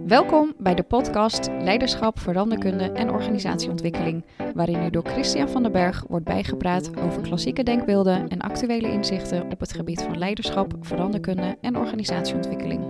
Welkom bij de podcast Leiderschap, Veranderkunde en Organisatieontwikkeling, waarin u door Christian van den Berg wordt bijgepraat over klassieke denkbeelden en actuele inzichten op het gebied van leiderschap, veranderkunde en organisatieontwikkeling.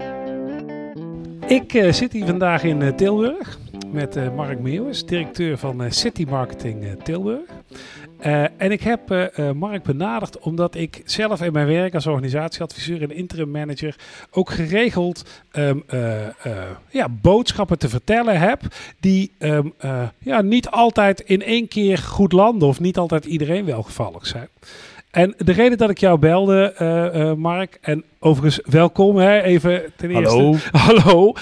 Ik zit hier vandaag in Tilburg met Mark Meeuwis, directeur van City Marketing Tilburg. En ik heb Mark benaderd omdat ik zelf in mijn werk als organisatieadviseur en interim manager ook geregeld boodschappen te vertellen heb die niet altijd in één keer goed landen of niet altijd iedereen welgevallig zijn. En de reden dat ik jou belde, Mark, en overigens welkom, hè, even ten eerste. Hallo.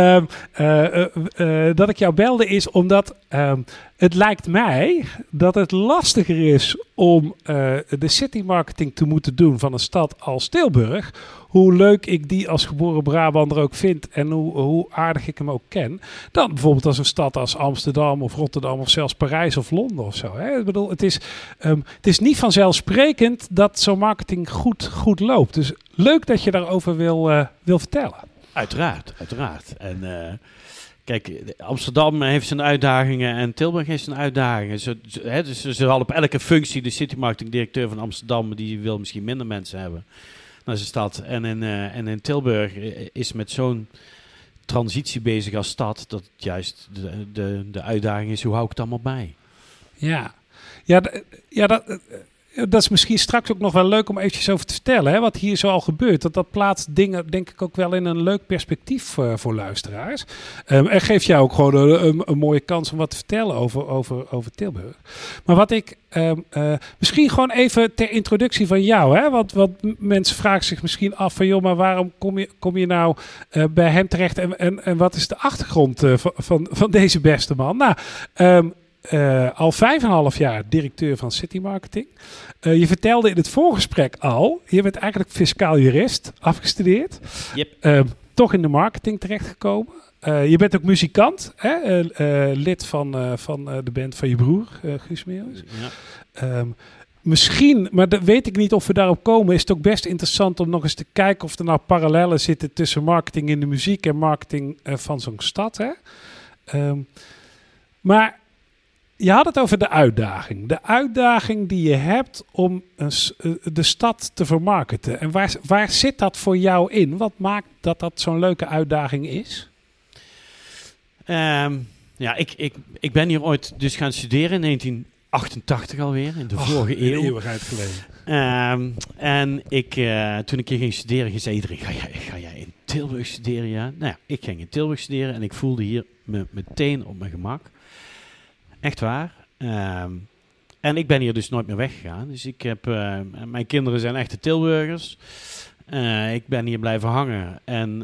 Dat ik jou belde is omdat het lijkt mij dat het lastiger is om de city marketing te moeten doen van een stad als Tilburg. Hoe leuk ik die als geboren Brabander ook vind en hoe aardig ik hem ook ken. Dan bijvoorbeeld als een stad als Amsterdam of Rotterdam of zelfs Parijs of Londen of zo. Hè? Ik bedoel, het is niet vanzelfsprekend dat zo'n marketing goed loopt. Dus leuk dat je daarover wil vertellen. Uiteraard. En kijk, Amsterdam heeft zijn uitdagingen en Tilburg heeft zijn uitdagingen. Dus ze zal op elke functie, de city marketing directeur van Amsterdam, die wil misschien minder mensen hebben naar zijn stad. En in Tilburg is met zo'n transitie bezig als stad, dat het juist de uitdaging is, hoe hou ik het allemaal bij? Dat is misschien straks ook nog wel leuk om eventjes over te vertellen. Hè, wat hier zo al gebeurt. Dat plaatst dingen denk ik ook wel in een leuk perspectief voor luisteraars. En geeft jou ook gewoon een mooie kans om wat te vertellen over Tilburg. Maar wat ik misschien gewoon even ter introductie van jou. Hè, want mensen vragen zich misschien af van joh, maar waarom kom je nou bij hem terecht? En wat is de achtergrond van deze beste man? Nou, al 5,5 jaar directeur van City Marketing. Je vertelde in het voorgesprek al, je bent eigenlijk fiscaal jurist, afgestudeerd. Yep. Toch in de marketing terechtgekomen. Je bent ook muzikant, hè? Lid van de band van je broer, Guus Meeuwis. Ja. Misschien, maar dat weet ik niet of we daarop komen, is het ook best interessant om nog eens te kijken of er nou parallellen zitten tussen marketing in de muziek en marketing van zo'n stad. Hè? Maar je had het over de uitdaging. De uitdaging die je hebt om de stad te vermarkten. En waar zit dat voor jou in? Wat maakt dat zo'n leuke uitdaging is? Ik ben hier ooit dus gaan studeren in 1988 alweer, in de vorige eeuw. Een eeuwigheid geleden. En toen ik hier ging studeren, zei iedereen, ga jij in Tilburg studeren? Ja? Nou ja, ik ging in Tilburg studeren en ik voelde hier me meteen op mijn gemak. Echt waar. En ik ben hier dus nooit meer weggegaan. Dus mijn kinderen zijn echte Tilburgers. Ik ben hier blijven hangen. En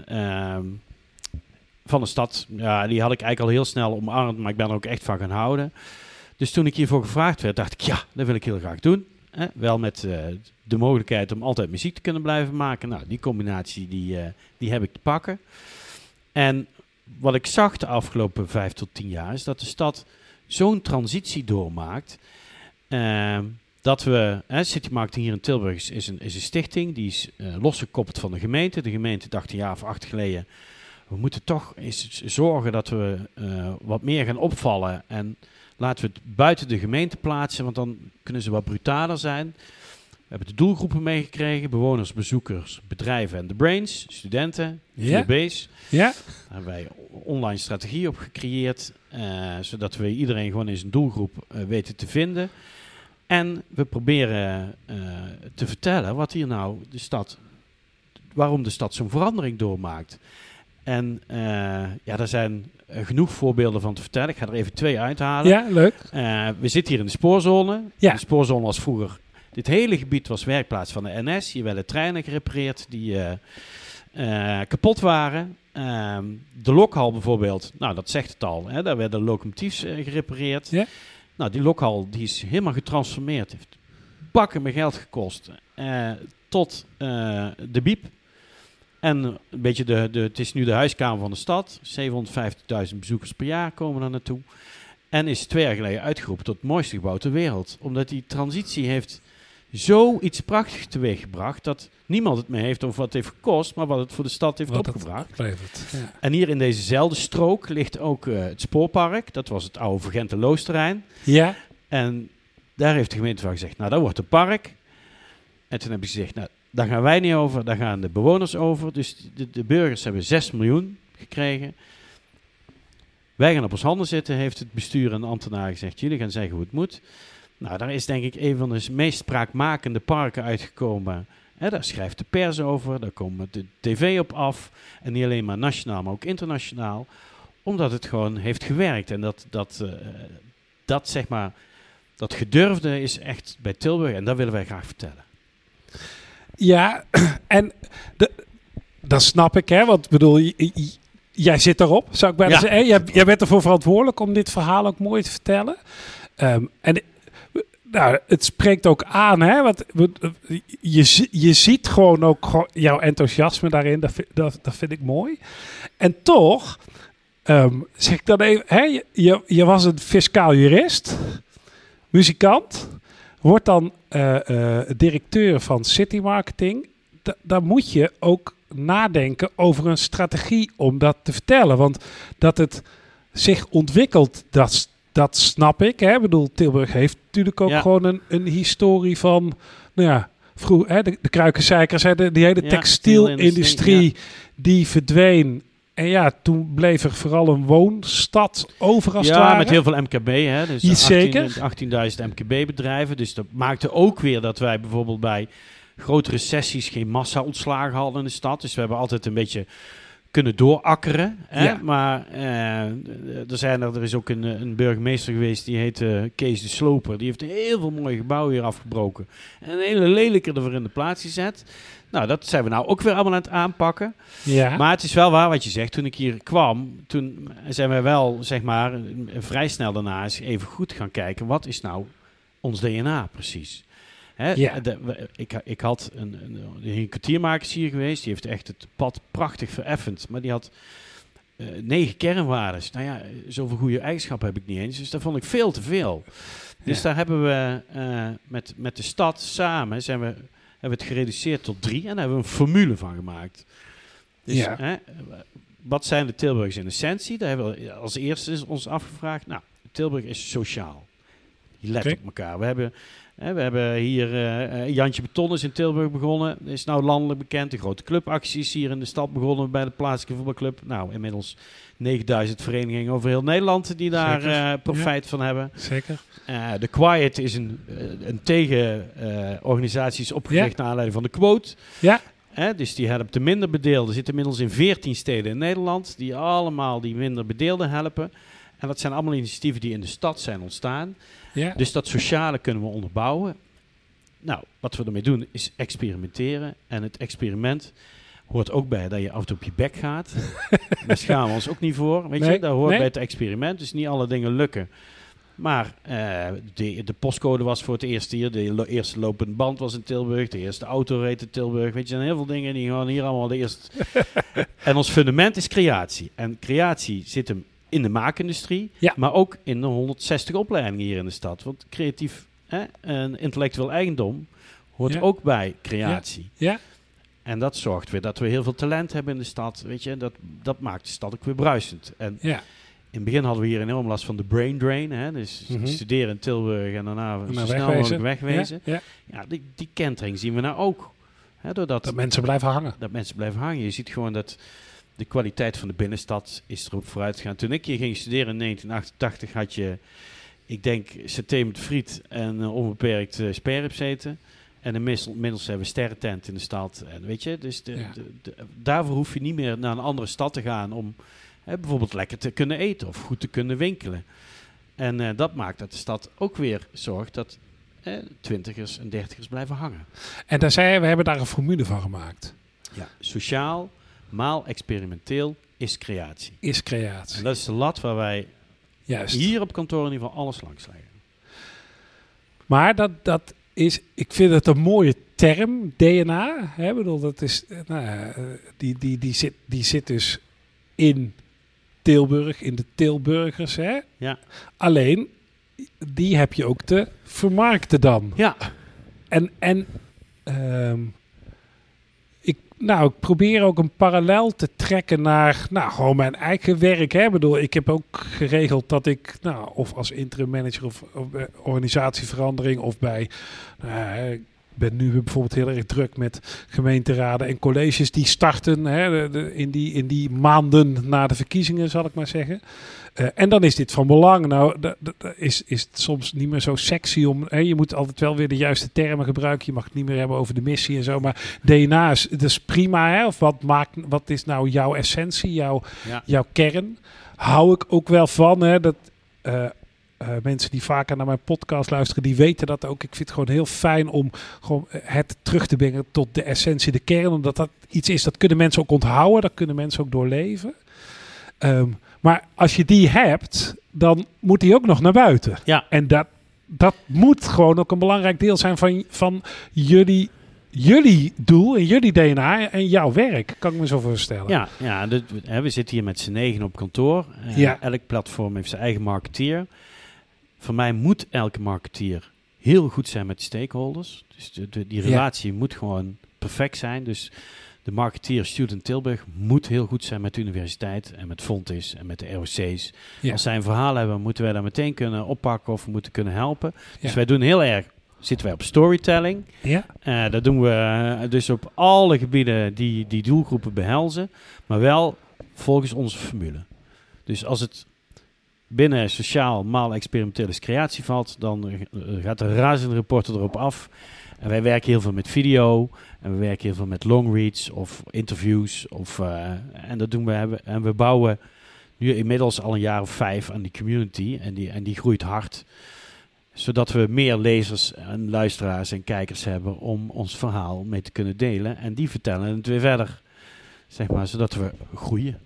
van de stad, ja, die had ik eigenlijk al heel snel omarmd, maar ik ben er ook echt van gaan houden. Dus toen ik hiervoor gevraagd werd, dacht ik, ja, dat wil ik heel graag doen. Wel met de mogelijkheid om altijd muziek te kunnen blijven maken. Nou, die combinatie, die heb ik te pakken. En wat ik zag de afgelopen 5 tot 10 jaar, is dat de stad zo'n transitie doormaakt, dat we, City Marketing hier in Tilburg is een stichting, die is losgekoppeld van de gemeente. De gemeente dacht een jaar of 8 geleden, we moeten toch eens zorgen dat we wat meer gaan opvallen en laten we het buiten de gemeente plaatsen, want dan kunnen ze wat brutaler zijn. We hebben de doelgroepen meegekregen, bewoners, bezoekers, bedrijven en de brains, studenten, VB's. Ja. Daar hebben wij online strategie op gecreëerd, zodat we iedereen gewoon in zijn doelgroep weten te vinden. En we proberen te vertellen wat hier nou waarom de stad zo'n verandering doormaakt. En daar zijn genoeg voorbeelden van te vertellen. Ik ga er even 2 uithalen. Ja, leuk. We zitten hier in de spoorzone. Ja. De spoorzone was vroeger, dit hele gebied was werkplaats van de NS. Hier werden treinen gerepareerd die kapot waren. De lokhal bijvoorbeeld, nou dat zegt het al, hè, daar werden locomotiefs gerepareerd. Ja. Nou, die lokhal die is helemaal getransformeerd. Heeft bakken met geld gekost. Tot de Biep. En een beetje het is nu de huiskamer van de stad. 750.000 bezoekers per jaar komen er naartoe. En is 2 jaar geleden uitgeroepen tot het mooiste gebouw ter wereld. Omdat die transitie heeft zoiets prachtigs teweeggebracht dat niemand het meer heeft over wat het heeft gekost, maar wat het voor de stad heeft Wat opgebracht. het oplevert. Ja. En hier in dezezelfde strook ligt ook het spoorpark. Dat was het oude Vergentenloosterrein. Ja. En daar heeft de gemeente van gezegd, nou dat wordt een park. En toen hebben ze gezegd, nou daar gaan wij niet over, daar gaan de bewoners over. Dus de burgers hebben 6 miljoen gekregen. Wij gaan op ons handen zitten, heeft het bestuur en de ambtenaren gezegd. Jullie gaan zeggen hoe het moet. Nou, daar is denk ik een van de meest spraakmakende parken uitgekomen. Daar schrijft de pers over, daar komt de tv op af. En niet alleen maar nationaal, maar ook internationaal. Omdat het gewoon heeft gewerkt. En dat zeg maar, dat gedurfde is echt bij Tilburg. En dat willen wij graag vertellen. Ja, en dat snap ik, hè. Want ik bedoel, jij zit erop, zou ik bijna zeggen. Jij bent ervoor verantwoordelijk om dit verhaal ook mooi te vertellen. En nou, het spreekt ook aan, hè. Want je ziet gewoon ook jouw enthousiasme daarin. Dat vind ik mooi. En toch, zeg ik dan even, hè, je was een fiscaal jurist, muzikant, wordt dan directeur van City Marketing. Dan moet je ook nadenken over een strategie om dat te vertellen. Want dat het zich ontwikkelt, dat snap ik. Hè? Ik bedoel, Tilburg heeft natuurlijk ook gewoon een historie van, nou ja, vroeger, de kruikenzeikers, die hele textielindustrie die verdween. En ja, toen bleef er vooral een woonstad over als het ware. Ja, met heel veel MKB. Hè? Dus zeker. 18.000 MKB-bedrijven. Dus dat maakte ook weer dat wij bijvoorbeeld bij grotere sessies geen massa-ontslagen hadden in de stad. Dus we hebben altijd een beetje kunnen doorakkeren. Hè? Ja. Maar er is ook een burgemeester geweest, die heette Kees de Sloper. Die heeft heel veel mooie gebouwen hier afgebroken. En een hele lelijke ervoor in de plaats gezet. Nou, dat zijn we nou ook weer allemaal aan het aanpakken. Ja. Maar het is wel waar wat je zegt. Toen ik hier kwam, toen zijn wij wel, zeg maar, vrij snel daarna eens even goed gaan kijken. Wat is nou ons DNA precies? Hè? Ja. Ik had een kwartiermakers hier geweest. Die heeft echt het pad prachtig vereffend. Maar die had 9 kernwaardes. Nou ja, zoveel goede eigenschappen heb ik niet eens. Dus dat vond ik veel te veel. Dus daar hebben we met de stad samen hebben we het gereduceerd tot 3 en daar hebben we een formule van gemaakt. Dus wat zijn de Tilburgers in essentie? Daar hebben we als eerste ons afgevraagd. Nou, Tilburg is sociaal. Je let op elkaar. We hebben hier Jantje Beton is in Tilburg begonnen. Is nou landelijk bekend. De grote clubacties hier in de stad begonnen bij de plaatselijke voetbalclub. Nou, inmiddels 9000 verenigingen over heel Nederland die daar profijt van hebben. Zeker. De Quiet is een tegenorganisatie is opgericht naar aanleiding van de quote. Ja. Dus die helpt de minder bedeelden. Zitten inmiddels in 14 steden in Nederland. Die allemaal die minder bedeelden helpen. En dat zijn allemaal initiatieven die in de stad zijn ontstaan. Ja. Dus dat sociale kunnen we onderbouwen. Nou, wat we ermee doen is experimenteren. En het experiment hoort ook bij dat je af en toe op je bek gaat. Daar schamen we ons ook niet voor. Weet je? Dat hoort bij het experiment. Dus niet alle dingen lukken. Maar de postcode was voor het eerst hier. De eerste lopende band was in Tilburg. De eerste auto reed in Tilburg. Weet je, er zijn heel veel dingen die gewoon hier allemaal de eerste. En ons fundament is creatie. En creatie zit hem in de maakindustrie. Ja. Maar ook in de 160 opleidingen hier in de stad. Want creatief en intellectueel eigendom hoort ook bij creatie. Ja. Ja. En dat zorgt weer dat we heel veel talent hebben in de stad. Weet je, dat maakt de stad ook weer bruisend. En in het begin hadden we hier enorm last van de brain drain. Hè? Dus studeren in Tilburg en daarna zo snel mogelijk wegwezen. Ja, die kentering zien we nou ook. Hè, dat mensen blijven hangen. Dat mensen blijven hangen. Je ziet gewoon dat de kwaliteit van de binnenstad is erop vooruit gegaan. Toen ik hier ging studeren in 1988 had je, ik denk, saté met friet en onbeperkt sperrips eten. En inmiddels hebben we sterrentent in de stad. En weet je, dus daarvoor hoef je niet meer naar een andere stad te gaan om bijvoorbeeld lekker te kunnen eten of goed te kunnen winkelen. En dat maakt dat de stad ook weer zorgt dat 20ers en 30ers blijven hangen. En daar zei je, we hebben daar een formule van gemaakt. Ja, sociaal, maal experimenteel is creatie. Is creatie. En dat is de lat waar wij hier op kantoor in ieder geval alles langs leggen. Maar dat is, ik vind het een mooie term, DNA. Hè? Ik bedoel, dat is, die zit dus in Tilburg, in de Tilburgers. Hè? Ja. Alleen, die heb je ook te vermarkten dan. Ja. Ik probeer ook een parallel te trekken naar gewoon mijn eigen werk. Hè. Ik bedoel, ik heb ook geregeld dat ik, of als interim manager of bij organisatieverandering of bij... ik ben nu bijvoorbeeld heel erg druk met gemeenteraden en colleges die starten in die maanden na de verkiezingen, zal ik maar zeggen. En dan is dit van belang. Nou, is het soms niet meer zo sexy om... je moet altijd wel weer de juiste termen gebruiken. Je mag het niet meer hebben over de missie en zo. Maar DNA is prima. Hè? Of wat is nou jouw essentie, jouw kern? Hou ik ook wel van. Hè? Dat... mensen die vaker naar mijn podcast luisteren, die weten dat ook. Ik vind het gewoon heel fijn om gewoon het terug te brengen tot de essentie, de kern. Omdat dat iets is, dat kunnen mensen ook onthouden. Dat kunnen mensen ook doorleven. Maar als je die hebt, dan moet die ook nog naar buiten. Ja. En dat moet gewoon ook een belangrijk deel zijn van jullie doel en jullie DNA en jouw werk, kan ik me zo voorstellen. Ja, we zitten hier met z'n 9 op kantoor. Elk platform heeft zijn eigen marketeer. Voor mij moet elke marketeer heel goed zijn met de stakeholders. Dus die relatie moet gewoon perfect zijn. Dus de marketeer Student Tilburg moet heel goed zijn met de universiteit en met Fontys en met de ROC's. Ja. Als zij een verhaal hebben, moeten wij dat meteen kunnen oppakken of moeten kunnen helpen. Dus wij doen heel erg, zitten wij op storytelling. Ja. Dat doen we dus op alle gebieden die doelgroepen behelzen, maar wel volgens onze formule. Dus als het binnen sociaal maal experimentele creatie valt, dan gaat de razende reporter erop af. En wij werken heel veel met video. En we werken heel veel met long reads of interviews. En dat doen we. En we bouwen nu inmiddels al een jaar of 5 aan die community. En die groeit hard. Zodat we meer lezers en luisteraars en kijkers hebben om ons verhaal mee te kunnen delen. En die vertellen het weer verder. Zeg maar, zodat we groeien.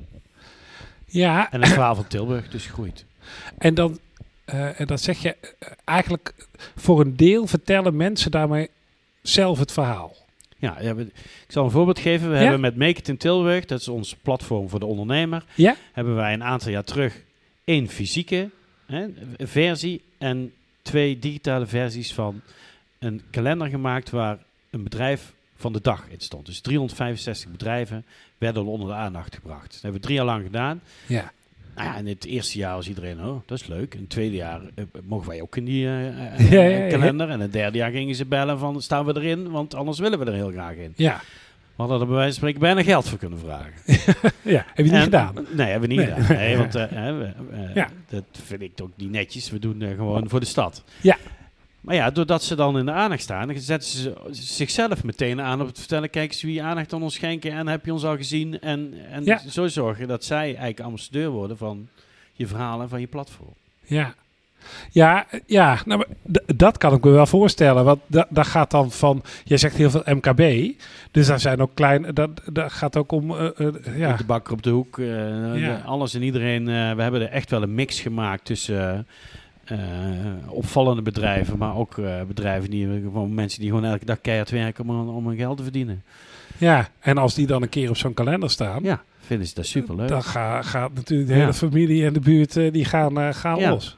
Ja. En het verhaal van Tilburg dus groeit. En dan zeg je eigenlijk voor een deel vertellen mensen daarmee zelf het verhaal. Ja, ik zal een voorbeeld geven. We hebben met Make It in Tilburg, dat is ons platform voor de ondernemer, hebben wij een aantal jaar terug 1 fysieke versie en 2 digitale versies van een kalender gemaakt waar een bedrijf van de dag in stond. Dus 365 bedrijven werden onder de aandacht gebracht. Dat hebben we 3 jaar lang gedaan. Ja. Nou ja, in het eerste jaar was iedereen, dat is leuk. In het tweede jaar mogen wij ook in die kalender. En in het derde jaar gingen ze bellen van, staan we erin? Want anders willen we er heel graag in. Ja. We hadden er bij wijze van spreken bijna geld voor kunnen vragen. Ja, heb je niet gedaan? Nee, hebben we niet gedaan. Nee, want dat vind ik ook niet netjes. We doen gewoon voor de stad. Ja. Maar ja, doordat ze dan in de aandacht staan, dan zetten ze zichzelf meteen aan op het vertellen, kijk eens wie aandacht aan ons schenken en heb je ons al gezien. En zo zorgen dat zij eigenlijk ambassadeur worden van je verhalen, van je platform. Ja, nou, dat kan ik me wel voorstellen. Want dat gaat dan van, jij zegt heel veel MKB, dus daar zijn ook klein, dat gaat ook om... De bakker op de hoek, alles en iedereen. We hebben er echt wel een mix gemaakt tussen... opvallende bedrijven, maar ook bedrijven gewoon mensen die gewoon elke dag keihard werken om hun geld te verdienen. Ja, en als die dan een keer op zo'n kalender staan, vinden ze dat superleuk. Dan gaat natuurlijk de hele familie en de buurt die gaan los.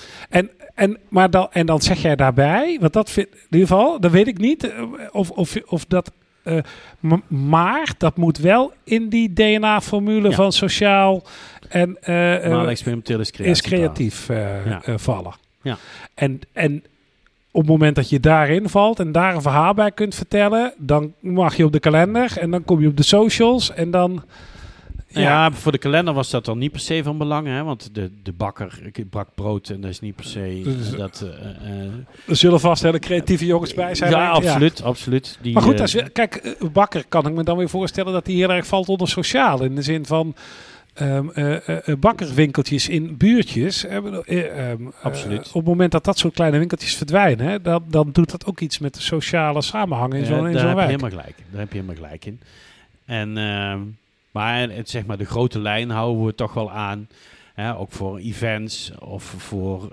En dan zeg jij daarbij, want dat vind, in ieder geval, dat weet ik niet of dat. Maar dat moet wel in die DNA-formule van sociaal en experimenteel is creatief vallen. Ja. En op het moment dat je daarin valt en daar een verhaal bij kunt vertellen, dan mag je op de kalender en dan kom je op de socials en dan... Ja, voor de kalender was dat dan niet per se van belang, hè? Want de bakker brak brood en dat is niet per se... Er zullen vast hele creatieve jongens bij zijn. Ja, absoluut. Maar goed, kijk, bakker kan ik me dan weer voorstellen dat hij heel erg valt onder sociaal. In de zin van bakkerwinkeltjes in buurtjes. Absoluut. Op het moment dat soort kleine winkeltjes verdwijnen, dan doet dat ook iets met de sociale samenhang in zo'n wijk. Daar heb je helemaal gelijk in. En... Maar zeg maar de grote lijn houden we toch wel aan. Hè, ook voor events of voor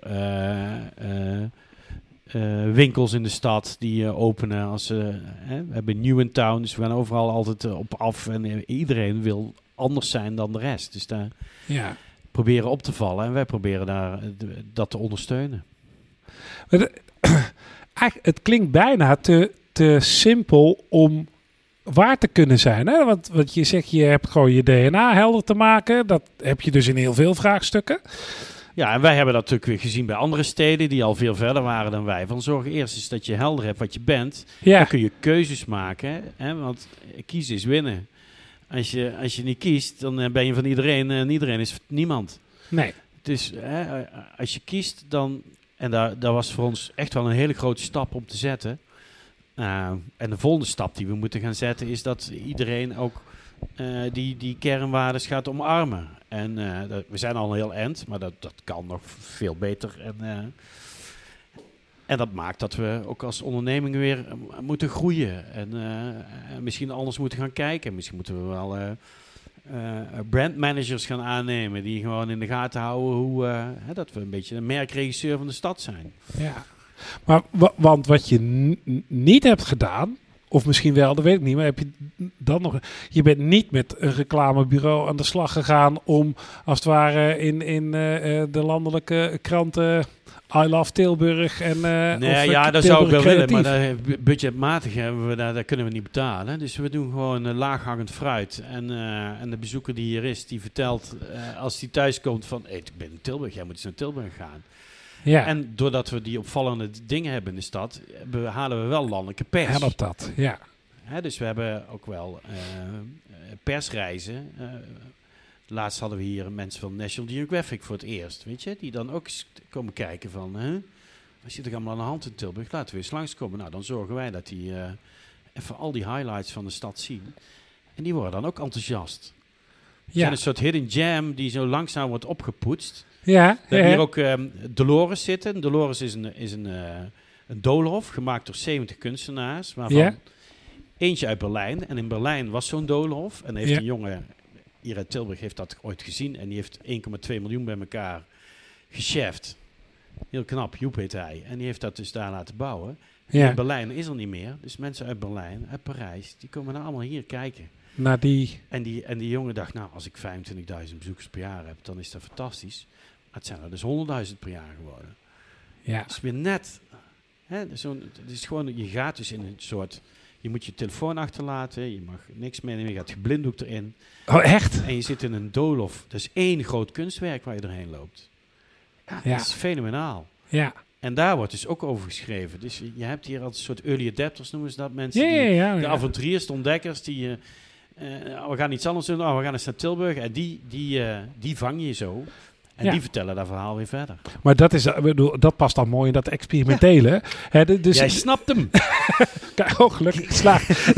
winkels in de stad die openen. We hebben New in Town, dus we gaan overal altijd op af. En iedereen wil anders zijn dan de rest. Dus daar proberen op te vallen. En wij proberen dat te ondersteunen. het klinkt bijna te simpel om waar te kunnen zijn. Hè? Want je zegt, je hebt gewoon je DNA helder te maken. Dat heb je dus in heel veel vraagstukken. Ja, en wij hebben dat natuurlijk weer gezien bij andere steden die al veel verder waren dan wij. Van zorg eerst eens dat je helder hebt wat je bent. Ja. Dan kun je keuzes maken. Hè? Want kiezen is winnen. Als je niet kiest, dan ben je van iedereen. En iedereen is niemand. Nee. Dus als je kiest, dan... En daar was voor ons echt wel een hele grote stap om te zetten. En de volgende stap die we moeten gaan zetten is dat iedereen ook die kernwaardes gaat omarmen. En we zijn al een heel eind, maar dat kan nog veel beter. En dat maakt dat we ook als onderneming weer moeten groeien. En misschien anders moeten gaan kijken. Misschien moeten we wel brandmanagers gaan aannemen die gewoon in de gaten houden dat we een beetje een merkregisseur van de stad zijn. Ja. Maar want wat je niet hebt gedaan, of misschien wel, dat weet ik niet, maar heb je dan nog... Je bent niet met een reclamebureau aan de slag gegaan om, als het ware, in de landelijke kranten I Love Tilburg en... dat zou ik wel willen, maar budgetmatig hebben we daar kunnen we niet betalen. Dus we doen gewoon laaghangend fruit. En de bezoeker die hier is, die vertelt als hij thuis komt van... Hey, ik ben in Tilburg, jij moet eens naar Tilburg gaan. Ja. En doordat we die opvallende dingen hebben in de stad, halen we wel landelijke pers. Helpt dat, ja. Dus we hebben ook wel persreizen. Laatst hadden we hier mensen van National Geographic voor het eerst, weet je, die dan ook eens komen kijken van, wat zit er allemaal aan de hand in Tilburg? Laten we eens langskomen. Nou, dan zorgen wij dat die even al die highlights van de stad zien. En die worden dan ook enthousiast. Er zijn een soort hidden gem die zo langzaam wordt opgepoetst. Ja. We hebben hier ook Dolores zitten. Dolores is een doolhof gemaakt door 70 kunstenaars, waarvan eentje uit Berlijn. En in Berlijn was zo'n doolhof. En heeft een jongen hier uit Tilburg heeft dat ooit gezien. En die heeft 1,2 miljoen bij elkaar gecheft. Heel knap, Joep heet hij. En die heeft dat dus daar laten bouwen. In Berlijn is er niet meer. Dus mensen uit Berlijn, uit Parijs, die komen nou allemaal hier kijken. Naar die... En die jongen dacht, nou, als ik 25.000 bezoekers per jaar heb, dan is dat fantastisch. Het zijn er dus 100.000 per jaar geworden. Ja. Dat is weer net. Het is gewoon, je gaat dus in een soort... Je moet je telefoon achterlaten, je mag niks meenemen, je gaat geblinddoekt erin. Oh, echt? En je zit in een doolhof. Dat is één groot kunstwerk waar je doorheen loopt. Ja. Dat is fenomenaal. Ja. En daar wordt dus ook over geschreven. Dus je hebt hier als een soort early adapters, noemen ze dat. Mensen de avonturiers, de ontdekkers, die... we gaan iets anders doen. We gaan eens naar Tilburg. En die vang je zo. En die vertellen dat verhaal weer verder. Maar dat past dan mooi in dat experimentele. Ja. Dus jij snapt hem. Gelukkig geslaagd.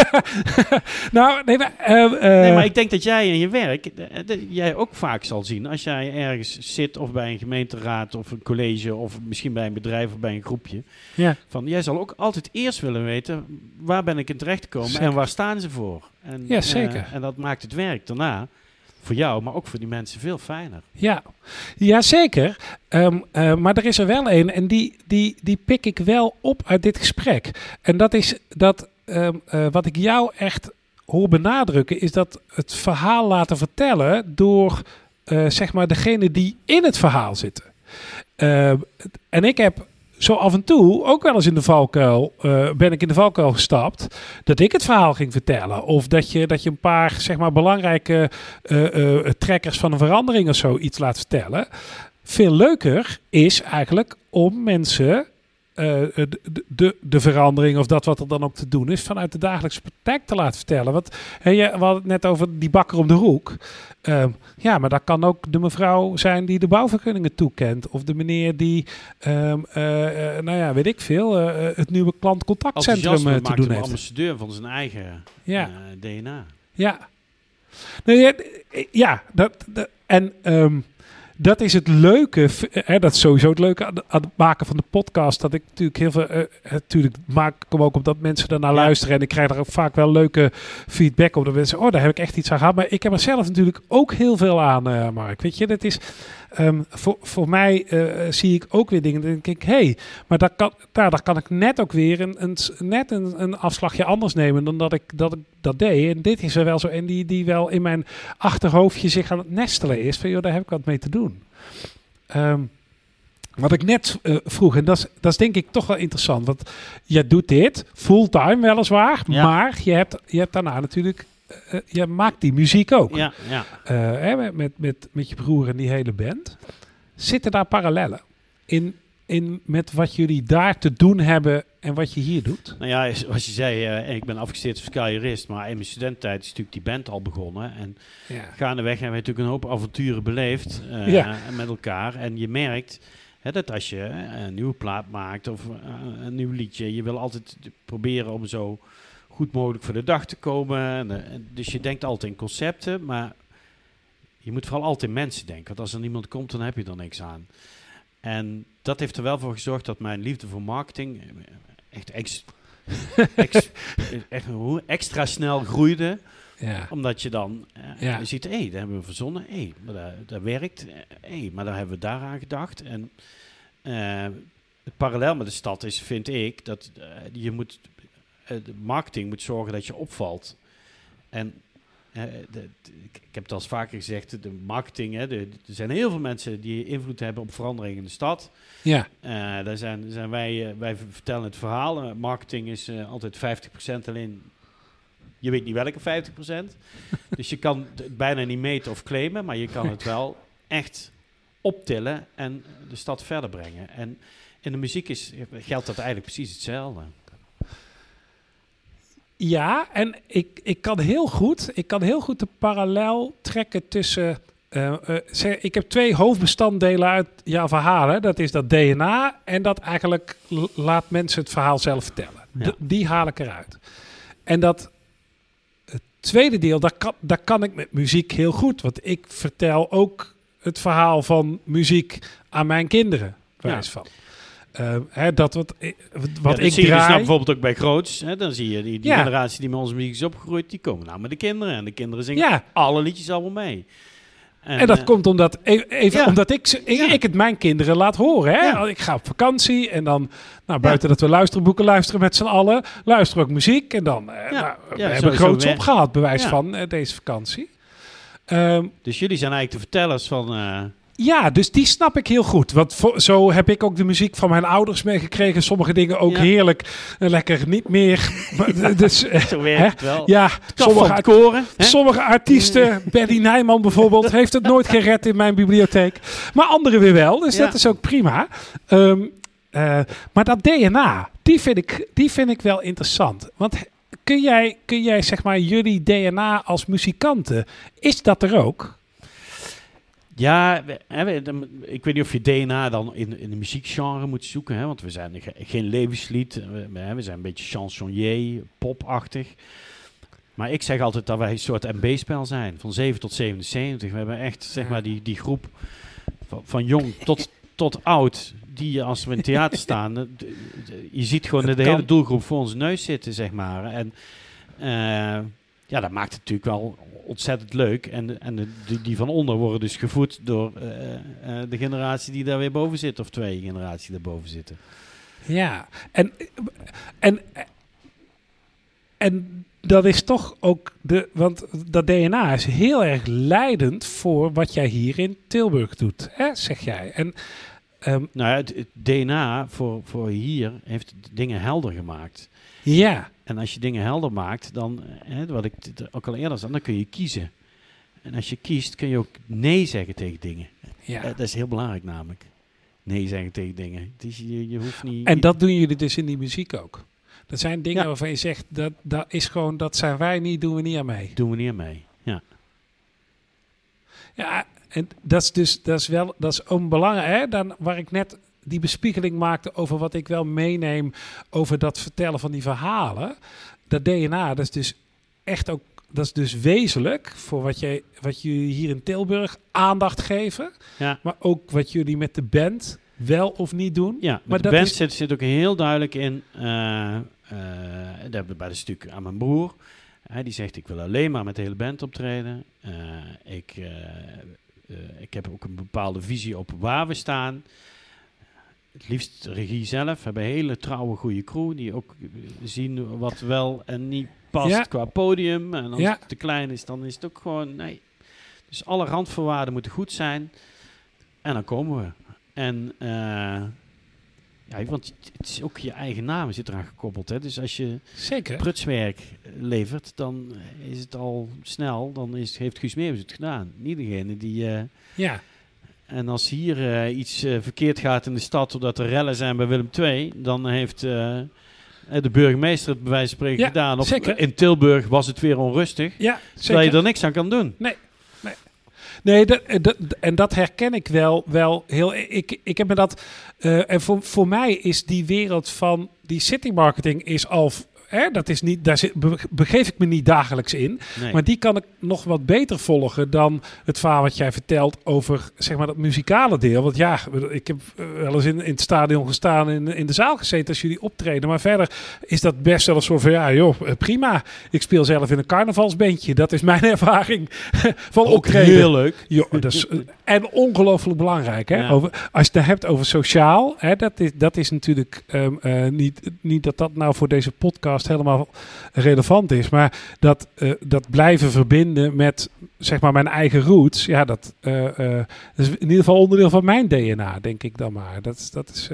Nou, nee, maar ik denk dat jij in je werk... jij ook vaak zal zien... als jij ergens zit of bij een gemeenteraad... of een college of misschien bij een bedrijf of bij een groepje... van jij zal ook altijd eerst willen weten... waar ben ik in terecht gekomen en waar staan ze voor? En, zeker. En dat maakt het werk daarna... voor jou, maar ook voor die mensen veel fijner. Ja, zeker. Maar er is er wel een en die pik ik wel op uit dit gesprek. En dat is dat wat ik jou echt hoor benadrukken... is dat het verhaal laten vertellen door zeg maar degene die in het verhaal zitten. En ik heb... zo af en toe, ook wel eens in de valkuil, ben ik in de valkuil gestapt, dat ik het verhaal ging vertellen. Of dat je een paar, zeg maar, belangrijke trekkers van een verandering of zo iets laat vertellen. Veel leuker is eigenlijk om mensen de verandering of dat wat er dan ook te doen is, vanuit de dagelijkse praktijk te laten vertellen. Want we hadden het net over die bakker om de hoek. Maar dat kan ook de mevrouw zijn die de bouwvergunningen toekent. Of de meneer die, weet ik veel, het nieuwe klantcontactcentrum te doen heeft. Ambassadeur van zijn eigen DNA. Ja. Dat is het leuke, dat is sowieso het leuke aan het maken van de podcast. Dat ik natuurlijk heel veel, natuurlijk maak ik hem ook omdat mensen daarnaar luisteren. En ik krijg daar ook vaak wel leuke feedback op. Dat mensen, daar heb ik echt iets aan gehad. Maar ik heb er zelf natuurlijk ook heel veel aan, Mark. Weet je, dat is, voor mij zie ik ook weer dingen. Dan denk ik, maar daar kan ik net ook weer een afslagje anders nemen dan dat ik dat deed. En dit is er wel zo. En die wel in mijn achterhoofdje zich aan het nestelen is. Van, daar heb ik wat mee te doen. Wat ik net vroeg, en dat is denk ik toch wel interessant. Want je doet dit fulltime weliswaar, maar je hebt daarna natuurlijk... je maakt die muziek ook. Ja. Met je broer en die hele band. Zitten daar parallellen in met wat jullie daar te doen hebben en wat je hier doet? Nou ja, zoals je zei, ik ben afgestudeerd als carrierist, maar in mijn studententijd is natuurlijk die band al begonnen. En gaandeweg hebben we natuurlijk een hoop avonturen beleefd met elkaar. En je merkt dat als je een nieuwe plaat maakt of een nieuw liedje, je wil altijd proberen om zo goed mogelijk voor de dag te komen. Dus je denkt altijd in concepten, maar je moet vooral altijd in mensen denken. Want als er niemand komt, dan heb je er niks aan. En dat heeft er wel voor gezorgd dat mijn liefde voor marketing echt extra snel groeide. Ja. Omdat je dan je ziet, dat hebben we verzonnen. Maar dat werkt. Maar daar hebben we daaraan gedacht. En het parallel met de stad is, vind ik, dat je moet... de marketing moet zorgen dat je opvalt. En ik heb het al eens vaker gezegd, de marketing, er zijn heel veel mensen die invloed hebben op verandering in de stad. Ja. Daar zijn wij vertellen het verhaal. Marketing is altijd 50% alleen. Je weet niet welke 50%. Dus je kan het bijna niet meten of claimen, maar je kan het wel echt optillen en de stad verder brengen. En in de muziek geldt dat eigenlijk precies hetzelfde. Ja, en ik kan heel goed de parallel trekken tussen... ik heb 2 hoofdbestanddelen uit jouw verhalen. Dat is dat DNA en dat eigenlijk laat mensen het verhaal zelf vertellen. Ja. Die haal ik eruit. En dat het tweede deel, daar kan ik met muziek heel goed. Want ik vertel ook het verhaal van muziek aan mijn kinderen. Van. Dat wat ik zie je draai... dus bijvoorbeeld ook bij Groots. Dan zie je die generatie die met onze muziek is opgegroeid, die komen nou met de kinderen. En de kinderen zingen alle liedjes allemaal mee. En dat komt omdat, omdat ik het mijn kinderen laat horen. Hè? Ja. Ik ga op vakantie en dan, buiten dat we luisterboeken luisteren met z'n allen, luisteren ook muziek. En dan, we hebben Groots opgehaald, bewijs van deze vakantie. Dus jullie zijn eigenlijk de vertellers van... Ja, dus die snap ik heel goed. Want zo heb ik ook de muziek van mijn ouders meegekregen. Sommige dingen ook heerlijk. Lekker niet meer. Dus, zo werkt het wel. Ja, sommige artiesten, Betty Nijman bijvoorbeeld, heeft het nooit gered in mijn bibliotheek. Maar anderen weer wel. Dus dat is ook prima. Maar dat DNA, die vind ik wel interessant. Want kun jij zeg maar jullie DNA als muzikanten, is dat er ook? Ja, ik weet niet of je DNA dan in de muziekgenre moet zoeken. Hè, want we zijn geen levenslied. We zijn een beetje chansonnier, popachtig. Maar ik zeg altijd dat wij een soort MB-spel zijn. Van 7 tot 77. We hebben echt zeg maar die groep van jong tot oud. Die als we in theater staan. Je ziet gewoon de hele doelgroep voor onze neus zitten, zeg maar. En dat maakt het natuurlijk wel ontzettend leuk. En die van onder worden dus gevoed door de generatie die daar weer boven zit. Of 2 generaties die daarboven zitten. Ja, en dat is toch ook want dat DNA is heel erg leidend voor wat jij hier in Tilburg doet, hè, zeg jij. En het DNA voor hier heeft dingen helder gemaakt. Ja. En als je dingen helder maakt, dan, wat ik ook al eerder zei, dan kun je kiezen. En als je kiest, kun je ook nee zeggen tegen dingen. Ja. Dat is heel belangrijk namelijk. Nee zeggen tegen dingen. Dus je hoeft niet... En dat doen jullie dus in die muziek ook? Dat zijn dingen waarvan je zegt, dat is gewoon, dat zijn wij niet, doen we niet aan mee. Doen we niet aan mee, ja. Ja, en dat is ook belangrijk, hè? Dan waar ik net die bespiegeling maakte over wat ik wel meeneem over dat vertellen van die verhalen. Dat DNA, dat is dus echt ook, dat is dus wezenlijk voor wat jullie hier in Tilburg aandacht geven. Ja. Maar ook wat jullie met de band wel of niet doen. Ja, maar de band zit ook heel duidelijk in, dat hebben we bij de stuk aan mijn broer. Die zegt, ik wil alleen maar met de hele band optreden. Ik heb ook een bepaalde visie op waar we staan. Het liefst regie zelf. We hebben een hele trouwe, goede crew. Die ook zien wat wel en niet past qua podium. En als het te klein is, dan is het ook gewoon... Nee. Dus alle randvoorwaarden moeten goed zijn. En dan komen we. En want het is ook je eigen naam zit eraan gekoppeld. Hè? Dus als je Zeker. prutswerk levert, dan is het al snel. Dan heeft Guus Meeuwis het gedaan. Niet degene die... Ja. En als hier iets verkeerd gaat in de stad, doordat er rellen zijn bij Willem II, dan heeft de burgemeester het bij wijze van spreken gedaan. Of zeker. In Tilburg was het weer onrustig. Ja, terwijl je er niks aan kan doen. Nee, en dat herken ik wel heel... Ik heb me dat... en voor mij is die wereld van die city marketing is al... dat is niet, begeef ik me niet dagelijks in. Nee. Maar die kan ik nog wat beter volgen dan het verhaal wat jij vertelt over zeg maar dat muzikale deel. Want ja, ik heb wel eens in het stadion gestaan, in de zaal gezeten als jullie optreden. Maar verder is dat best wel een soort van, prima. Ik speel zelf in een carnavalsbandje. Dat is mijn ervaring van ook optreden. Heel leuk. Jo, dat is, en ongelooflijk belangrijk. Hè? Ja. Als je het hebt over sociaal, hè, dat is natuurlijk niet dat nou voor deze podcast helemaal relevant is, maar dat blijven verbinden met zeg maar mijn eigen roots, ja, dat is in ieder geval onderdeel van mijn DNA, denk ik dan maar. Dat is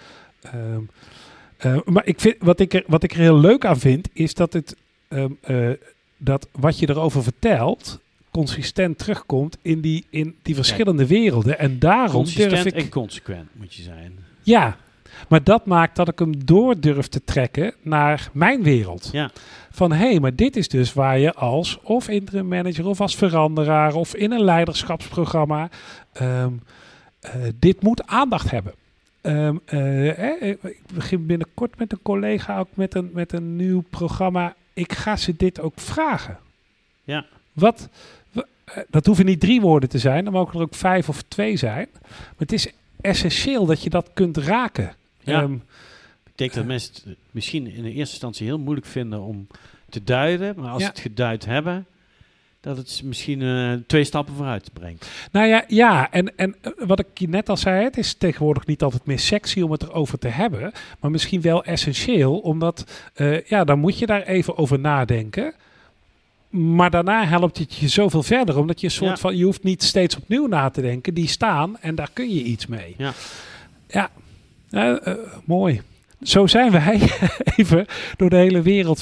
maar ik vind wat ik er heel leuk aan vind, is dat het dat wat je erover vertelt consistent terugkomt in die verschillende werelden. En daarom consistent durf ik... en consequent moet je zijn. Ja, maar dat maakt dat ik hem door durf te trekken naar mijn wereld. Ja. Van maar dit is dus waar je als of interim manager of als veranderaar of in een leiderschapsprogramma dit moet aandacht hebben. Ik begin binnenkort met een collega ook met een nieuw programma. Ik ga ze dit ook vragen. Ja. Dat hoeven niet 3 woorden te zijn. Dan mogen er ook 5 of 2 zijn. Maar het is essentieel dat je dat kunt raken. Ja. Ik denk dat mensen het misschien in de eerste instantie heel moeilijk vinden om te duiden. Maar als ze het geduid hebben, dat het misschien 2 stappen vooruit brengt. Nou ja. En wat ik je net al zei, het is tegenwoordig niet altijd meer sexy om het erover te hebben. Maar misschien wel essentieel, omdat dan moet je daar even over nadenken. Maar daarna helpt het je zoveel verder, omdat je een soort van, je hoeft niet steeds opnieuw na te denken. Die staan en daar kun je iets mee. Ja. Mooi. Zo zijn wij even door de hele wereld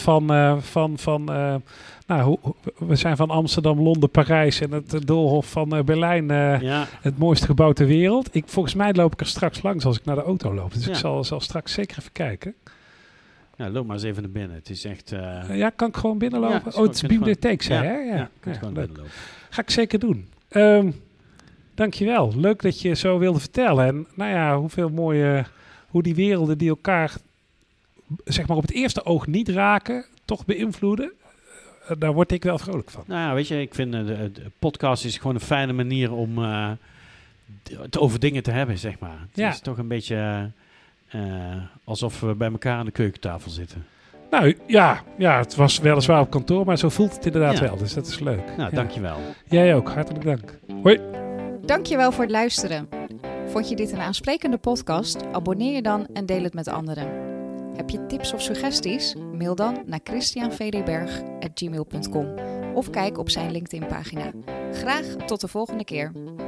we zijn van Amsterdam, Londen, Parijs en het doolhof van Berlijn. Het mooiste gebouw ter wereld. Volgens mij loop ik er straks langs als ik naar de auto loop. Dus ik zal straks zeker even kijken. Ja, loop maar eens even naar binnen. Het is echt... kan ik gewoon binnenlopen? Het is de bibliotheek, zei hè? Ja, kun je gewoon binnenlopen. Ga ik zeker doen. Dankjewel. Leuk dat je zo wilde vertellen. En hoeveel mooie... Hoe die werelden die elkaar zeg maar op het eerste oog niet raken, toch beïnvloeden. Daar word ik wel vrolijk van. Nou ja, weet je, ik vind de podcast is gewoon een fijne manier om het over dingen te hebben, zeg maar. Het is toch een beetje alsof we bij elkaar aan de keukentafel zitten. Nou ja, het was weliswaar op kantoor, maar zo voelt het inderdaad wel. Dus dat is leuk. Nou, dankjewel. Jij ook. Hartelijk dank. Hoi. Dankjewel voor het luisteren. Vond je dit een aansprekende podcast? Abonneer je dan en deel het met anderen. Heb je tips of suggesties? Mail dan naar christianvdberg@gmail.com of kijk op zijn LinkedIn-pagina. Graag tot de volgende keer.